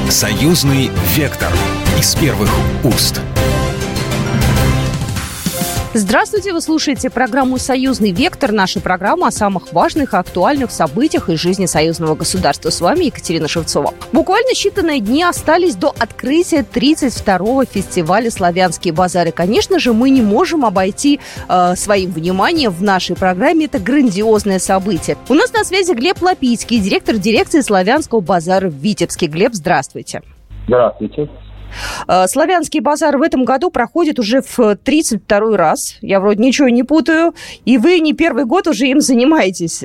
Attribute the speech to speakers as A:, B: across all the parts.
A: Союзный вектор из первых уст.
B: Здравствуйте, вы слушаете программу «Союзный вектор», нашу программу о самых важных и актуальных событиях из жизни союзного государства. С вами Екатерина Шевцова. Буквально считанные дни остались до открытия 32-го фестиваля «Славянские базары». Конечно же, мы не можем обойти своим вниманием в нашей программе это грандиозное событие. У нас на связи Глеб Лапицкий, директор дирекции «Славянского базара» в Витебске. Глеб, здравствуйте.
C: Здравствуйте.
B: Славянский базар в этом году проходит уже в 32-й раз. Я вроде ничего не путаю. И вы не первый год уже им занимаетесь.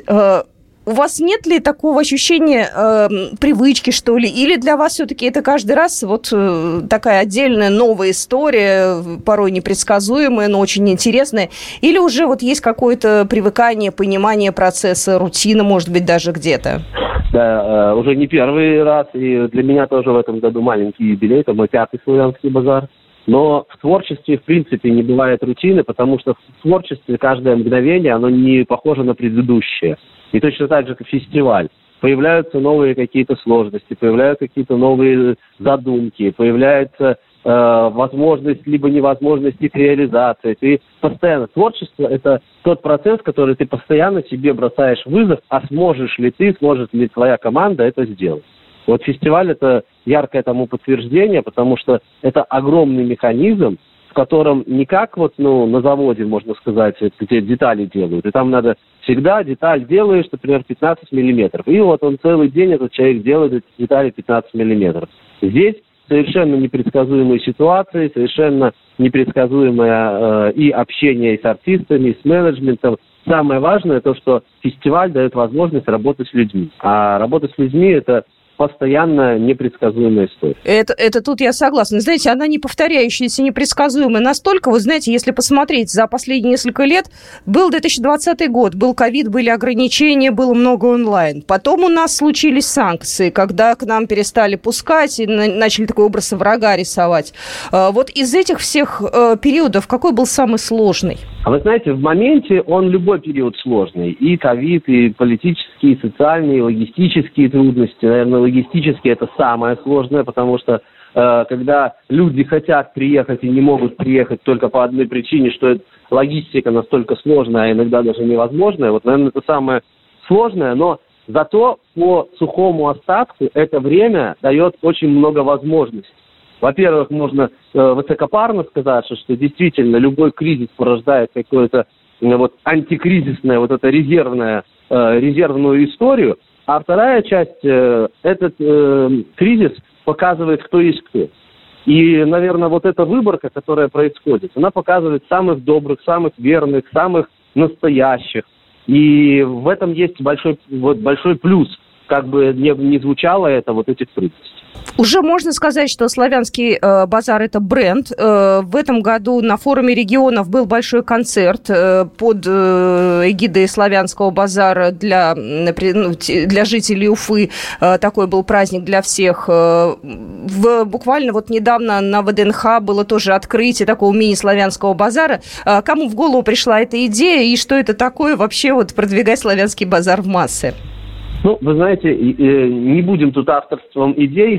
B: У вас нет ли такого ощущения привычки, что ли? Или для вас все-таки это каждый раз вот такая отдельная новая история, порой непредсказуемая, но очень интересная? Или уже вот есть какое-то привыкание, понимание процесса, рутина, может быть, даже где-то?
C: Да, уже не первый раз, и для меня тоже в этом году маленький юбилей, это мой 5-й славянский базар. Но в творчестве, в принципе, не бывает рутины, потому что в творчестве каждое мгновение, оно не похоже на предыдущее. И точно так же, как фестиваль. Появляются новые какие-то сложности, появляются какие-то новые задумки, появляется возможность либо невозможность их реализации. Ты постоянно... Творчество – это тот процесс, который ты постоянно себе бросаешь вызов, а сможешь ли ты, сможет ли твоя команда это сделать. Вот фестиваль – это яркое тому подтверждение, потому что это огромный механизм, в котором не как вот, на заводе, можно сказать, где детали делают. И там надо всегда деталь делаешь, например, 15 миллиметров. И вот он целый день, этот человек делает эти детали 15 миллиметров. Здесь совершенно непредсказуемые ситуации, совершенно непредсказуемое и общение и с артистами, и с менеджментом. Самое важное то, что фестиваль дает возможность работать с людьми. А работа с людьми – это постоянно непредсказуемая история.
B: Это тут я согласна. Знаете, она не повторяющаяся, непредсказуемая настолько. Вы знаете, если посмотреть за последние несколько лет, был 2020 год, был ковид, были ограничения, было много онлайн. Потом у нас случились санкции, когда к нам перестали пускать и начали такой образ врага рисовать. Вот из этих всех периодов какой был самый сложный?
C: А вы знаете, в моменте любой период сложный. И ковид, и политические, и социальные, и логистические трудности. Наверное, логистические это самое сложное, потому что когда люди хотят приехать и не могут приехать только по одной причине, что логистика настолько сложная, а иногда даже невозможная, вот, наверное, это самое сложное, но зато по сухому остатку это время дает очень много возможностей. Во-первых, можно высокопарно сказать, что действительно любой кризис порождает какое-то антикризисное, это резервную историю. А вторая часть, этот кризис показывает, кто есть кто. И, наверное, эта выборка, которая происходит, она показывает самых добрых, самых верных, самых настоящих. И в этом есть большой плюс, как бы не звучало это, этих трудностей.
B: Уже можно сказать, что славянский базар – это бренд. В этом году на форуме регионов был большой концерт под эгидой славянского базара для жителей Уфы. Такой был праздник для всех. Буквально недавно на ВДНХ было тоже открытие такого мини-славянского базара. Кому в голову пришла эта идея и что это такое вообще продвигать славянский базар в массы?
C: Вы знаете, не будем тут авторством идей.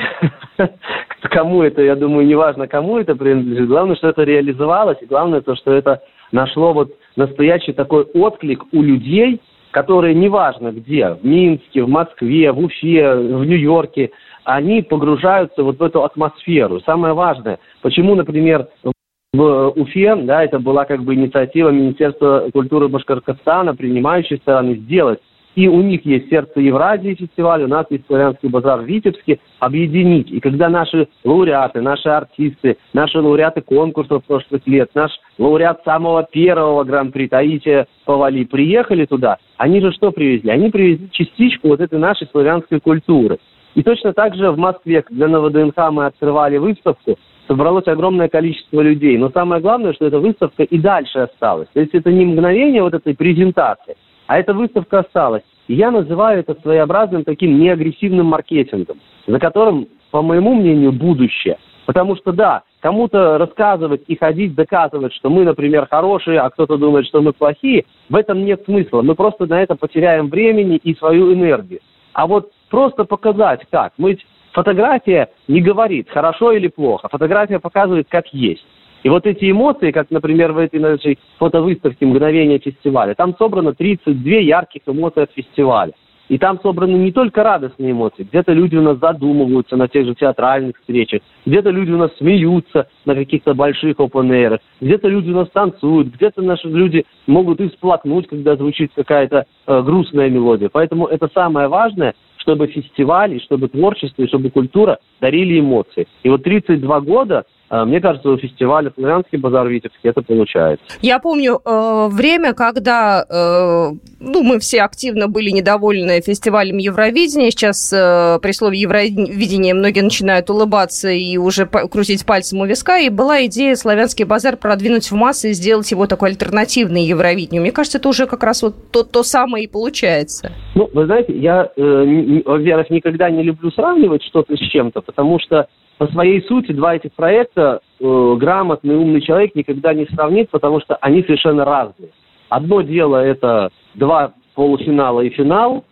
C: Кому это, я думаю, неважно, кому это принадлежит. Главное, что это реализовалось, и главное, то, что это нашло настоящий такой отклик у людей, которые неважно где, в Минске, в Москве, в Уфе, в Нью-Йорке, они погружаются в эту атмосферу. Самое важное, почему, например, в Уфе, это была инициатива Министерства культуры Башкортостана, принимающей стороны, сделать. И у них есть «Сердце Евразии» фестиваль, у нас есть «Славянский базар» в Витебске, объединить. И когда наши лауреаты, наши артисты, наши лауреаты конкурсов прошлых лет, наш лауреат самого первого гран-при Таисия Повали приехали туда, они же что привезли? Они привезли частичку этой нашей славянской культуры. И точно так же в Москве, когда на ВДНХ мы открывали выставку, собралось огромное количество людей. Но самое главное, что эта выставка и дальше осталась. То есть это не мгновение этой презентации, а эта выставка осталась. И я называю это своеобразным таким неагрессивным маркетингом, за которым, по моему мнению, будущее. Потому что, да, кому-то рассказывать и ходить, доказывать, что мы, например, хорошие, а кто-то думает, что мы плохие, в этом нет смысла. Мы просто на это потеряем времени и свою энергию. А просто показать как. Мы фотография не говорит, хорошо или плохо. Фотография показывает, как есть. И вот эти эмоции, как, например, в этой нашей фотовыставке «Мгновения фестиваля», там собрано 32 ярких эмоции от фестиваля. И там собраны не только радостные эмоции. Где-то люди у нас задумываются на тех же театральных встречах, где-то люди у нас смеются на каких-то больших open-air'ах, где-то люди у нас танцуют, где-то наши люди могут и всплакнуть, когда звучит какая-то грустная мелодия. Поэтому это самое важное, чтобы фестиваль, чтобы творчество, и чтобы культура дарили эмоции. И вот 32 года, мне кажется, у фестиваля «Славянский базар» в Витебске это получается.
B: Я помню время, когда мы все активно были недовольны фестивалем Евровидения. Сейчас при слове Евровидение многие начинают улыбаться и уже крутить пальцем у виска. И была идея «Славянский базар» продвинуть в массы и сделать его такой альтернативный Евровидению. Мне кажется, это уже как раз вот то самое и получается.
C: Ну, вы знаете, я, во-первых, никогда не люблю сравнивать что-то с чем-то, потому что по своей сути два этих проекта грамотный, умный человек никогда не сравнит, потому что они совершенно разные. Одно дело это 2 полуфинала и финал,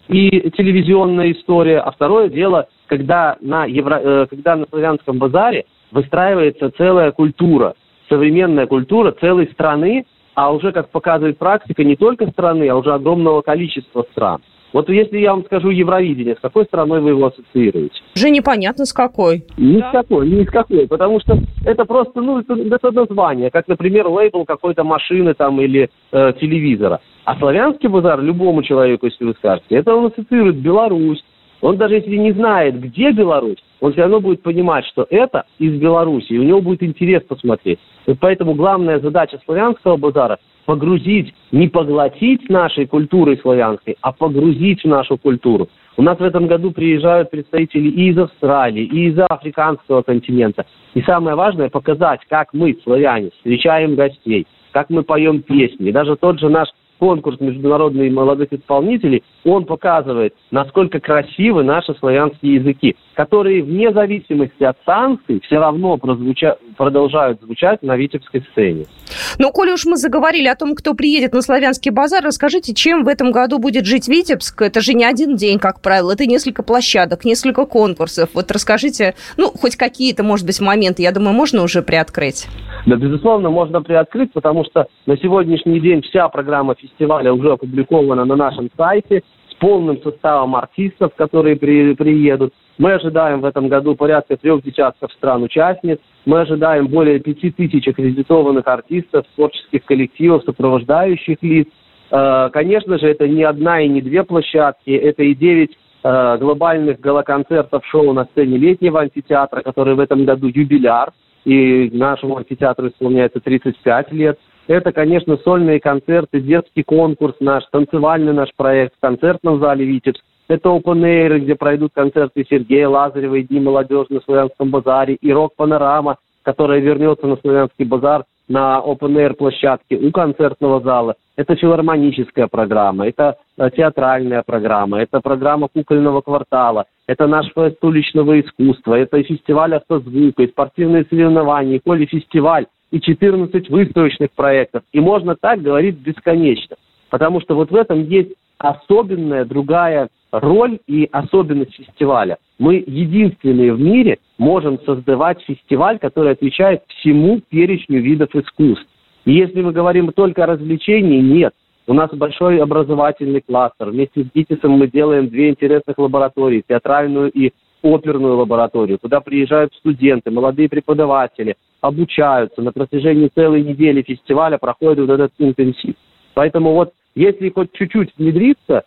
C: и телевизионная история, а второе дело, когда на Славянском базаре выстраивается целая культура, современная культура целой страны, а уже, как показывает практика, не только страны, а уже огромного количества стран. Вот если я вам скажу Евровидение, с какой страной вы его ассоциируете?
B: Уже непонятно с какой.
C: Ни с какой, потому что это просто, это название, как, например, лейбл какой-то машины там или телевизора. А славянский базар любому человеку, если вы скажете, это он ассоциирует Беларусь. Он даже если не знает, где Беларусь, он все равно будет понимать, что это из Беларуси, и у него будет интерес посмотреть. И поэтому главная задача славянского базара – погрузить, не поглотить нашей культурой славянской, а погрузить в нашу культуру. У нас в этом году приезжают представители и из Австралии, и из африканского континента. И самое важное – показать, как мы, славяне, встречаем гостей, как мы поем песни. И даже тот же наш конкурс международных молодых исполнителей, он показывает, насколько красивы наши славянские языки, которые вне зависимости от санкций все равно продолжают звучать на витебской сцене.
B: Ну, коли уж мы заговорили о том, кто приедет на Славянский базар, расскажите, чем в этом году будет жить Витебск? Это же не один день, как правило, это несколько площадок, несколько конкурсов. Вот расскажите, хоть какие-то, может быть, моменты, я думаю, можно уже приоткрыть?
C: Да, безусловно, можно приоткрыть, потому что на сегодняшний день вся программа фестиваля уже опубликована на нашем сайте с полным составом артистов, которые приедут. Мы ожидаем в этом году порядка 3 десятков стран-участниц. Мы ожидаем более 5000 аккредитованных артистов, творческих коллективов, сопровождающих лиц. Конечно же, это не одна и не 2 площадки, это и 9 глобальных галоконцертов шоу на сцене летнего амфитеатра, который в этом году юбиляр, и нашему амфитеатру исполняется 35 лет. Это, конечно, сольные концерты, детский конкурс наш, танцевальный наш проект в концертном зале «Витебск». Это open-air, где пройдут концерты Сергея Лазарева и Дни молодежи на Славянском базаре, и рок-панорама, которая вернется на Славянский базар на open-air площадке у концертного зала. Это филармоническая программа, это театральная программа, это программа кукольного квартала, это наш фест уличного искусства, это и фестиваль автозвука, и спортивные соревнования, и полифестиваль, и 14 выставочных проектов. И можно так говорить бесконечно, потому что вот в этом есть особенная другая роль и особенность фестиваля. Мы единственные в мире можем создавать фестиваль, который отвечает всему перечню видов искусств. И если мы говорим только о развлечении, нет. У нас большой образовательный кластер. Вместе с ГИТИСом мы делаем 2 интересных лаборатории, театральную и оперную лабораторию, куда приезжают студенты, молодые преподаватели, обучаются. На протяжении целой недели фестиваля проходит вот этот интенсив. Поэтому вот если хоть чуть-чуть внедриться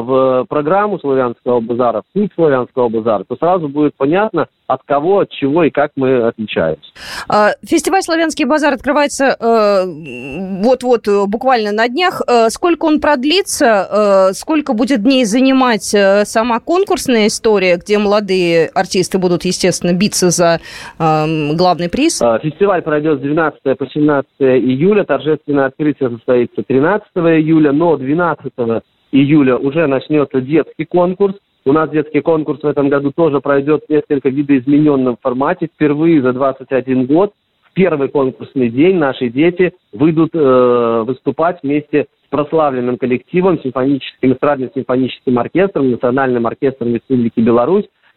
C: в программу Славянского базара, в суть Славянского базара, то сразу будет понятно, от кого, от чего и как мы отличаемся.
B: Фестиваль «Славянский базар» открывается вот-вот, буквально на днях. Сколько он продлится? Сколько будет дней занимать сама конкурсная история, где молодые артисты будут, естественно, биться за главный приз?
C: Фестиваль пройдет с 12 по 17 июля. Торжественное открытие состоится 13 июля, но 12 июля уже начнется детский конкурс. У нас детский конкурс в этом году тоже пройдет в несколько видоизмененном формате. Впервые за 21 год в первый конкурсный день наши дети выйдут выступать вместе с прославленным коллективом, эстрадно-симфоническим оркестром, Национальным оркестром Республики Беларусь,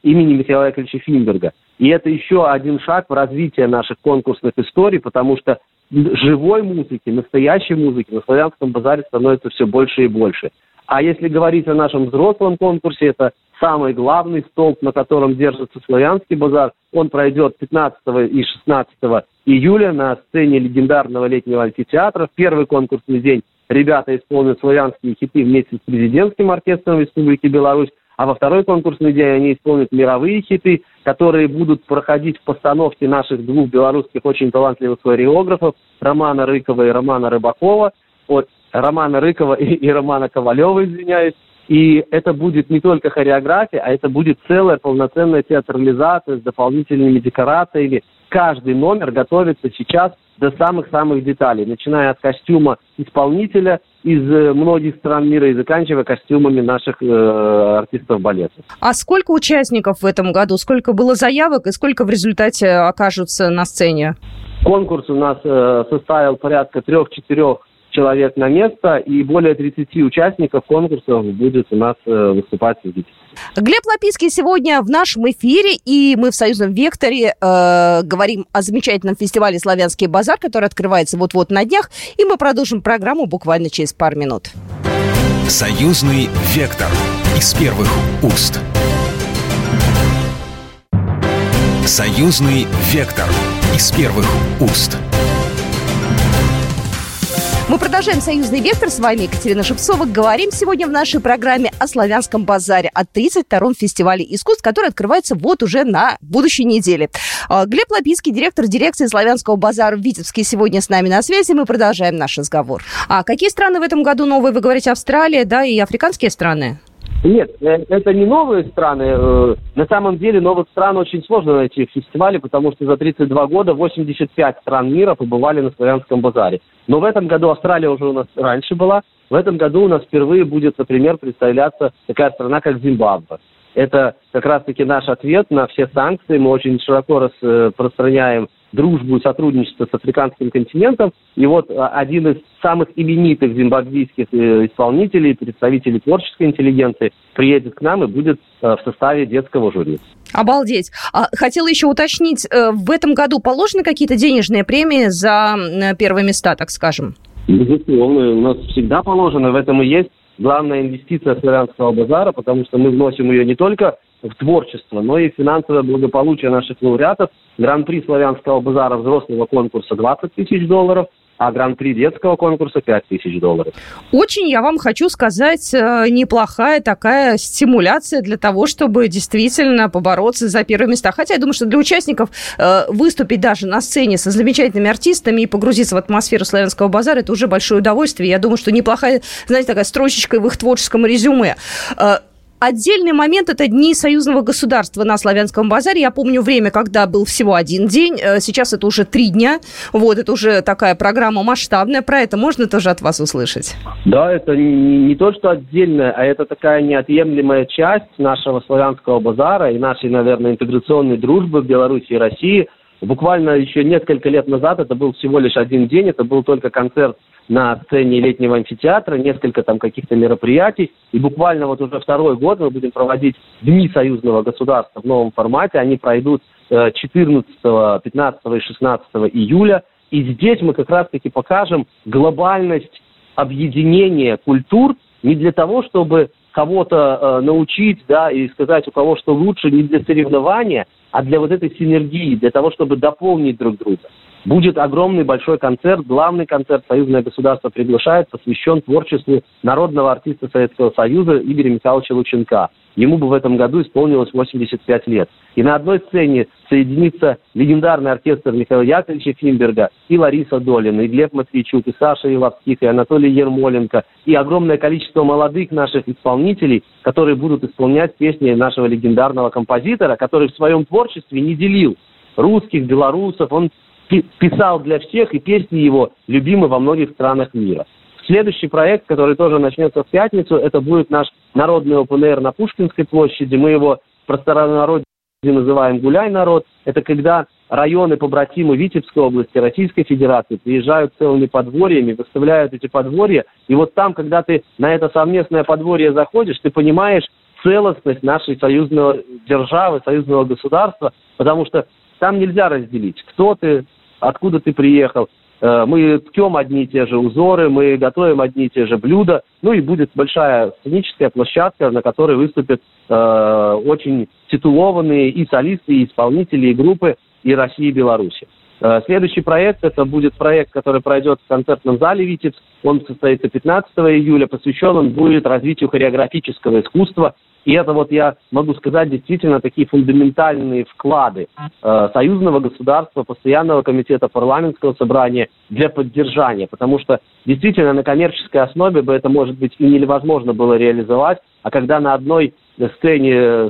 C: имени Михаила Яковлевича Финберга. И это еще один шаг в развитии наших конкурсных историй, потому что живой музыки, настоящей музыки на Славянском базаре становится все больше и больше. А если говорить о нашем взрослом конкурсе, это самый главный столб, на котором держится Славянский базар. Он пройдет 15 и 16 июля на сцене легендарного летнего амфитеатра. В первый конкурсный день ребята исполнят славянские хиты вместе с президентским оркестром Республики Беларусь, а во второй конкурсный день они исполнят мировые хиты, которые будут проходить в постановке наших двух белорусских очень талантливых хореографов Романа Рыкова и Романа Рыбакова, Романа Рыкова и Романа Ковалева, извиняюсь. И это будет не только хореография, а это будет целая полноценная театрализация с дополнительными декорациями. Каждый номер готовится сейчас до самых-самых деталей, начиная от костюма исполнителя из многих стран мира и заканчивая костюмами наших артистов балета. А сколько участников в этом году? Сколько было заявок и сколько в результате окажутся на сцене? Конкурс у нас составил порядка 3-4 человек на место, и более 30 участников конкурсов будет у нас выступать в зрителях. Глеб Лапицкий сегодня в нашем эфире, и мы в «Союзном векторе» говорим о замечательном фестивале «Славянский базар», который открывается вот-вот на днях, и мы продолжим программу буквально через пару минут.
A: «Союзный вектор» из первых уст. «Союзный вектор» из первых уст.
B: Мы продолжаем «Союзный вектор». С вами Екатерина Шевцова. Говорим сегодня в нашей программе о Славянском базаре, о 32-м фестивале искусств, который открывается вот уже на будущей неделе. Глеб Лапицкий, директор дирекции Славянского базара в Витебске, сегодня с нами на связи. Мы продолжаем наш разговор. А какие страны в этом году новые? Вы говорите, Австралия, да, и африканские страны? Нет, это не новые страны. На самом деле новых стран очень сложно найти в фестивале, потому что за 32 года 85 стран мира побывали на Славянском базаре. Но в этом году Австралия уже у нас раньше была. В этом году у нас впервые будет, например, представляться такая страна, как Зимбабве. Это как раз-таки наш ответ на все санкции. Мы очень широко распространяем дружбу и сотрудничество с африканским континентом. И вот один из самых именитых зимбабвийских исполнителей, представителей творческой интеллигенции, приедет к нам и будет в составе детского жюри. Обалдеть. Хотела еще уточнить, в этом году положены какие-то денежные премии за первые места, так скажем? Безусловно, у нас всегда положено, в этом и есть главная инвестиция Славянского базара, потому что мы вносим ее не только в творчество, но и в финансовое благополучие наших лауреатов. Гран-при Славянского базара взрослого конкурса $20 тысяч, а гран-при детского конкурса $5 тысяч. Очень, я вам хочу сказать, неплохая такая стимуляция для того, чтобы действительно побороться за первые места. Хотя я думаю, что для участников выступить даже на сцене со замечательными артистами и погрузиться в атмосферу Славянского базара – это уже большое удовольствие. Я думаю, что неплохая, знаете, такая строчечка в их творческом резюме. Отдельный момент – это Дни союзного государства на Славянском базаре. Я помню время, когда был всего один день. Сейчас это уже 3 дня. Вот, это уже такая программа масштабная. Про это можно тоже от вас услышать? Да, это не то, что отдельная, а это такая неотъемлемая часть нашего Славянского базара и нашей, наверное, интеграционной дружбы в Беларуси и России. Буквально еще несколько лет назад это был всего лишь один день. Это был только концерт на сцене летнего амфитеатра, несколько там каких-то мероприятий. И буквально вот уже 2-й год мы будем проводить Дни союзного государства в новом формате. Они пройдут 14, 15 и 16 июля. И здесь мы как раз-таки покажем глобальность объединения культур не для того, чтобы кого-то научить, да, и сказать, у кого что лучше, не для соревнования, а для вот этой синергии, для того, чтобы дополнить друг друга. Будет огромный большой концерт, главный концерт «Союзное государство» приглашает, посвящен творчеству народного артиста Советского Союза Игоря Михайловича Лученка. Ему бы в этом году исполнилось 85 лет. И на одной сцене соединится легендарный оркестр Михаила Яковлевича Финберга, и Лариса Долина, и Глеб Матвейчук, и Саша Иловских, и Анатолий Ермоленко, и огромное количество молодых наших исполнителей, которые будут исполнять песни нашего легендарного композитора, который в своем творчестве не делил русских, белорусов. Он писал для всех, и песни его любимы во многих странах мира. Следующий проект, который тоже начнется в пятницу, это будет наш народный ОПНР на Пушкинской площади. Мы его в простонародье называем «Гуляй-народ». Это когда районы побратимы Витебской области, Российской Федерации приезжают целыми подворьями, выставляют эти подворья. И вот там, когда ты на это совместное подворье заходишь, ты понимаешь
C: целостность нашей союзной державы, союзного государства, потому что там нельзя разделить, кто ты, откуда ты приехал. Мы ткем одни и те же узоры, мы готовим одни и те же блюда, и будет большая сценическая площадка, на которой выступят очень титулованные и солисты, и исполнители, и группы и России, и Беларуси. Следующий проект, это будет проект, который пройдет в концертном зале «Витебск». Он состоится 15 июля, посвящен он будет развитию хореографического искусства. И это я могу сказать, действительно такие фундаментальные вклады союзного государства, постоянного комитета парламентского собрания для поддержания. Потому что действительно на коммерческой основе бы это, может быть, и невозможно было реализовать. А когда на одной сцене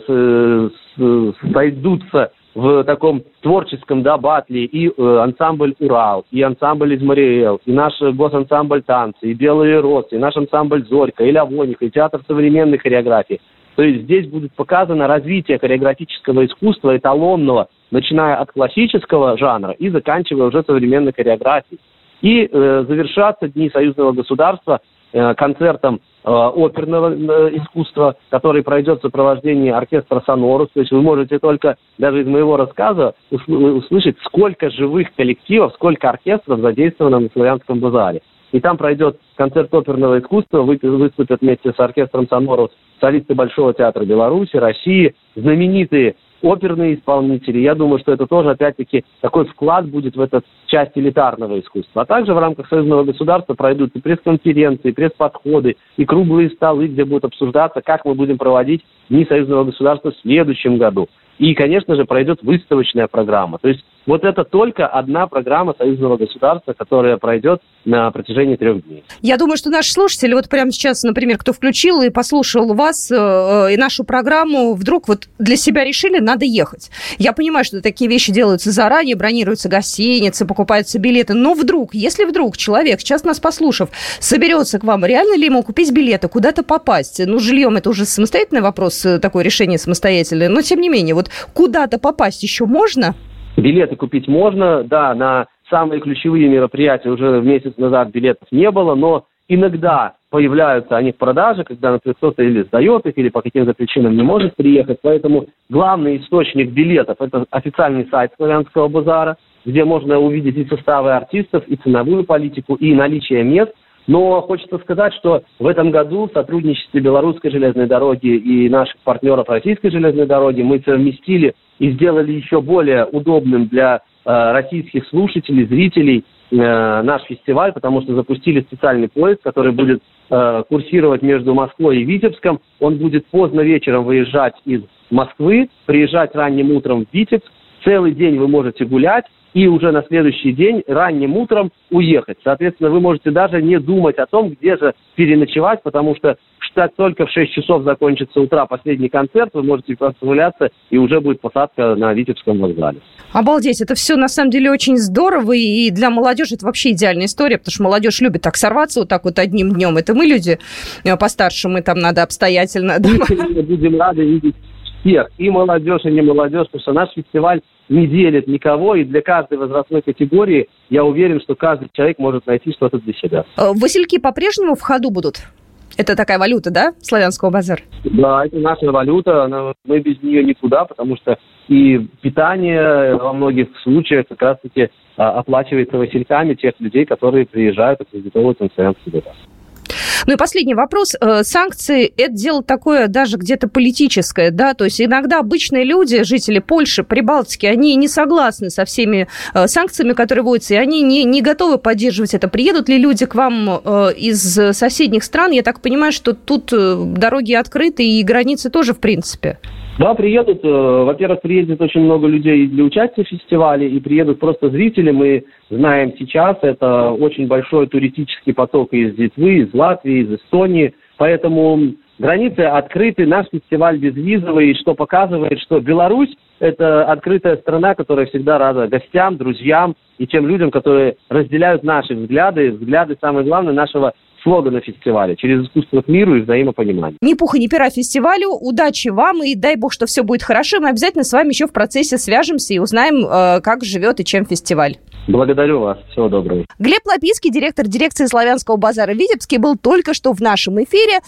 C: сойдутся в таком творческом батле и ансамбль «Урал», и ансамбль «Измариэл», и наш госансамбль «Танцы», и «Белые розы», и наш ансамбль «Зорька», и «Лявониха», и театр современной хореографии. То есть здесь будет показано развитие хореографического искусства, эталонного, начиная от классического жанра и заканчивая уже современной хореографией. И завершатся Дни союзного государства концертом оперного искусства, который пройдет в сопровождении оркестра «Сонорус». То есть вы можете только даже из моего рассказа услышать, сколько живых коллективов, сколько оркестров задействовано на Славянском базаре. И там пройдет концерт оперного искусства, выступят вместе с оркестром «Сонорус» солисты Большого театра Беларуси, России, знаменитые оперные исполнители. Я думаю, что это тоже, опять-таки, такой вклад будет в эту часть элитарного искусства. А также в рамках союзного государства пройдут и пресс-конференции, и пресс-подходы, и круглые столы, где будет обсуждаться, как мы будем проводить Дни союзного государства в следующем году. И, конечно же, пройдет выставочная программа. То есть это только одна программа союзного государства, которая пройдет на протяжении 3 дней.
B: Я думаю, что наши слушатели прямо сейчас, например, кто включил и послушал вас и нашу программу, вдруг для себя решили, надо ехать. Я понимаю, что такие вещи делаются заранее, бронируются гостиницы, покупаются билеты, но если вдруг человек, сейчас нас послушав, соберется к вам, реально ли ему купить билеты, куда-то попасть? Жильем это уже самостоятельный вопрос, такое решение самостоятельное, но тем не менее, куда-то попасть еще можно?
C: Билеты купить можно, да, на самые ключевые мероприятия уже месяц назад билетов не было, но иногда появляются они в продаже, когда, например, кто-то или сдает их, или по каким-то причинам не может приехать. Поэтому главный источник билетов – это официальный сайт Славянского базара, где можно увидеть и составы артистов, и ценовую политику, и наличие мест. Но хочется сказать, что в этом году в сотрудничестве Белорусской железной дороги и наших партнеров Российской железной дороги мы совместили и сделали еще более удобным для российских слушателей, зрителей наш фестиваль, потому что запустили специальный поезд, который будет курсировать между Москвой и Витебском. Он будет поздно вечером выезжать из Москвы, приезжать ранним утром в Витебск. Целый день вы можете гулять и уже на следующий день ранним утром уехать. Соответственно, вы можете даже не думать о том, где же переночевать, потому что только в 6 часов закончится утра последний концерт, вы можете прогуляться, и уже будет посадка на Витебском вокзале.
B: Обалдеть, это все на самом деле очень здорово, и для молодежи это вообще идеальная история, потому что молодежь любит так сорваться одним днем. Это мы, люди постарше, мы там надо обстоятельно.
C: Мы будем рады видеть всех, и молодежь, и не молодежь, потому что наш фестиваль не делит никого, и для каждой возрастной категории я уверен, что каждый человек может найти что-то для себя.
B: Васильки по-прежнему в ходу будут? Это такая валюта, да, Славянского базара?
C: Да, это наша валюта, мы без нее никуда, потому что и питание во многих случаях как раз-таки оплачивается васильками тех людей, которые приезжают и аккредитовываются на Славянский базар.
B: Ну и последний вопрос. Санкции – это дело такое даже где-то политическое, да, то есть иногда обычные люди, жители Польши, Прибалтики, они не согласны со всеми санкциями, которые вводятся, и они не готовы поддерживать это. Приедут ли люди к вам из соседних стран? Я так понимаю, что тут дороги открыты и границы тоже в принципе.
C: Да, приедут. Во-первых, приедет очень много людей для участия в фестивале, и приедут просто зрители. Мы знаем сейчас, это очень большой туристический поток из Литвы, из Латвии, из Эстонии. Поэтому границы открыты, наш фестиваль безвизовый, что показывает, что Беларусь – это открытая страна, которая всегда рада гостям, друзьям и тем людям, которые разделяют наши взгляды, самое главное, нашего слогана фестиваля «Через искусство к миру и взаимопониманию».
B: Ни пуха, ни пера фестивалю. Удачи вам и дай бог, что все будет хорошо. Мы обязательно с вами еще в процессе свяжемся и узнаем, как живет и чем фестиваль.
C: Благодарю вас. Всего доброго.
B: Глеб Лапицкий, директор дирекции Славянского базара в Витебске, был только что в нашем эфире.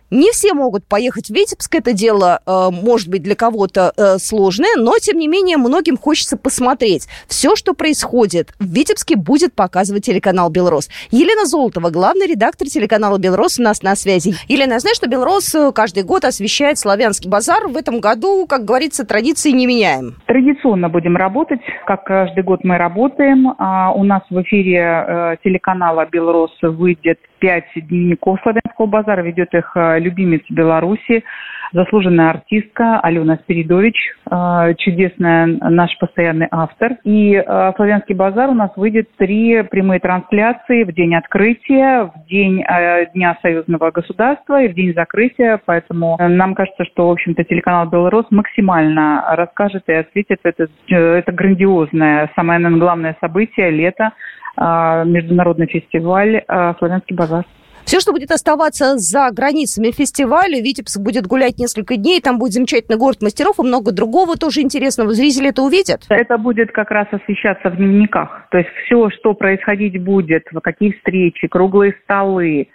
B: Не все могут поехать в Витебск. Это дело, может быть, для кого-то сложное, но, тем не менее, многим хочется посмотреть. Все, что происходит в Витебске, будет показывать телеканал «Белрос». Елена Золотова, главный редактор телеканала «Белрос», у нас на связи. Елена, я знаю, что «Белрос» каждый год освещает Славянский базар. В этом году, как говорится, традиции не меняем.
D: Традиционно будем работать, как каждый год мы работаем. У нас в эфире телеканала «Белрос» выйдет 5 дневников Славянского базара. Ведет их любимец Беларуси, заслуженная артистка Алена Спиридович, чудесная наш постоянный автор. И Славянский базар у нас выйдет 3 прямые трансляции в день открытия, в день Дня союзного государства и в день закрытия. Поэтому нам кажется, что, в общем-то, телеканал «Белрос» максимально расскажет и осветит это грандиозное, самое, наверное, главное событие лета, международный фестиваль «Славянский базар».
B: Все, что будет оставаться за границами фестиваля, Витебск будет гулять несколько дней, там будет замечательный город мастеров и много другого тоже интересного. Зрители это увидят?
D: Это будет как раз освещаться в дневниках. То есть все, что происходить будет, какие встречи, круглые столы,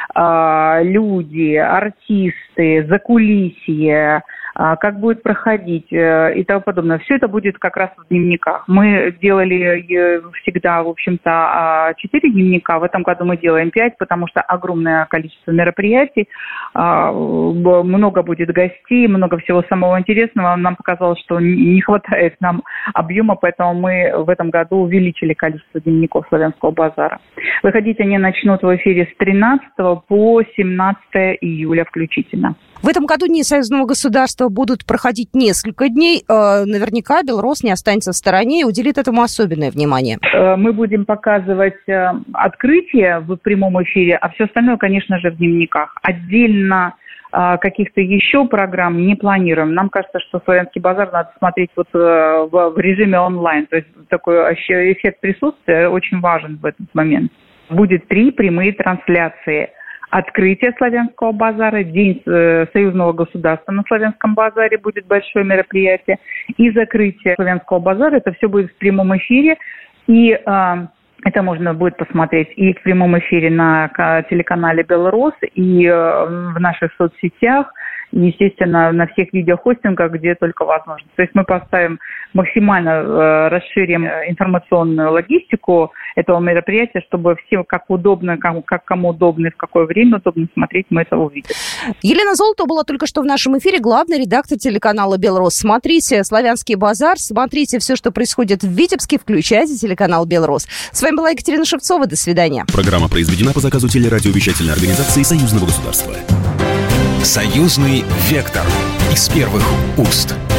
D: люди, артисты, закулисье, как будет проходить и тому подобное. Все это будет как раз в дневниках. Мы делали всегда, в общем-то, 4 дневника. В этом году мы делаем 5, потому что огромное количество мероприятий, много будет гостей, много всего самого интересного. Нам показалось, что не хватает нам объема, поэтому мы в этом году увеличили количество дневников Славянского базара. Выходить они начнут в эфире с 13 по 17 июля включительно.
B: В этом году Дни союзного государства будут проходить несколько дней. Наверняка «Белрос» не останется в стороне и уделит этому особенное внимание.
D: Мы будем показывать открытие в прямом эфире, а все остальное, конечно же, в дневниках. Отдельно каких-то еще программ не планируем. Нам кажется, что Славянский базар надо смотреть вот в режиме онлайн. То есть такой эффект присутствия очень важен в этот момент. Будет 3 прямые трансляции. Открытие Славянского базара, День союзного государства на Славянском базаре будет большое мероприятие, и закрытие Славянского базара. Это все будет в прямом эфире, и это можно будет посмотреть и в прямом эфире на телеканале «Белрос», и в наших соцсетях, и, естественно, на всех видеохостингах, где только возможно. То есть мы поставим максимально, расширим информационную логистику этого мероприятия, чтобы всем как удобно, как кому удобно и в какое время удобно смотреть, мы это увидим.
B: Елена Золотова была только что в нашем эфире, главный редактор телеканала «Белрос». Смотрите «Славянский базар», смотрите все, что происходит в Витебске, включайте телеканал «Белрос». С вами была Екатерина Шевцова. До свидания.
A: Программа произведена по заказу телерадиовещательной организации Союзного государства. Союзный вектор из первых уст.